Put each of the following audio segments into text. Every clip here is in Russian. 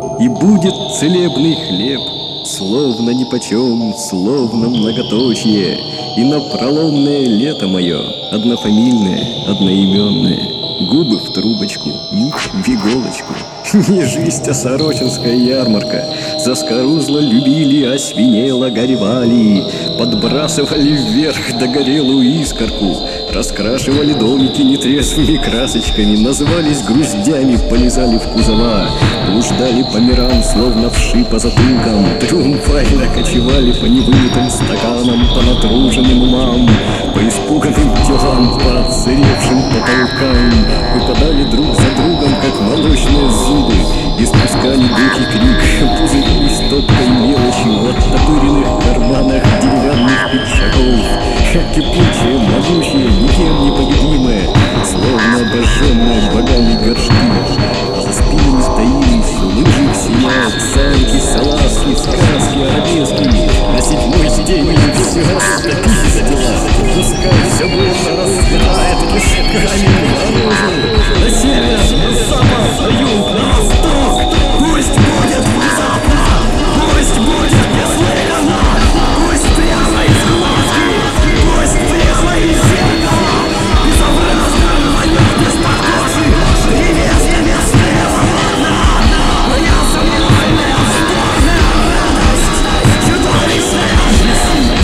И будет целебный хлеб, словно нипочем, словно многоточие, и напроломное лето мое, однофамильное, одноименное, губы в трубочку, нить в иголочку. Не жизнь, а сорочинская ярмарка. Заскорузло любили, освинело горевали, подбрасывали вверх догорелую искорку, раскрашивали домики нетрезвыми красочками, назывались груздями, полезали в кузова, блуждали по мирам, словно вши по затылкам, триумфально кочевали по невымытым стаканам, по натруженным умам, по испуганным телам, по отсыревшим потолкам, выпадали друг за другом, как молочные зубы, испускали духи крик, пузырились топкой мелочью в оттопыренных карманах деревянных пиджаков, кипучие, могучие, никем не победимые, словно обожженные богами горшки, а за спинами стоились лыжи сияют, санки, салазки, сказки, арабески. На седьмой день все стопиздила, пускай все больше расцветает кусками наружу, на север, на запад, на юг, на восток. Пусть будет внезапно, пусть будет неслыханно, пусть прямо из глазки, пусть прямо из зеркала, безобразно рванет из-под кожи древесными стрелами. Моя сомнительная, спорная радость, чудовищная жизнь.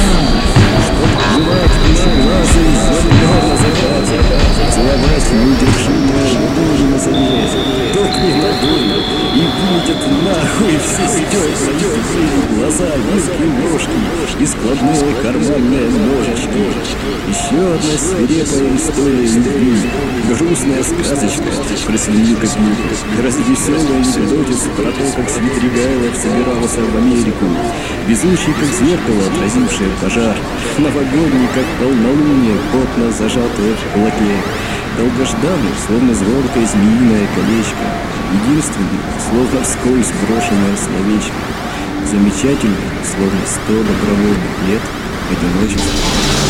Чтоб бывать пучеглазый, зеленого заката, целовать неудержимое бури на заре, токни на долю и вылетят нахуй все стекла, и глаза, вилки, ложки и складные карманные ножички. Еще одна свирепая история любви, грустная сказочка про свинью копилку, развеселый анекдотец про то, как Свидригайлов собирался в Америку, везущий как зеркало, отразившее пожар, новогодний, как полнолуние, плотно зажатое в кулаке, долгожданный, словно звонкое змеиное колечко, единственный, словно вскользь брошенное словечко, замечательный, словно 100 добровольных лет одиночества.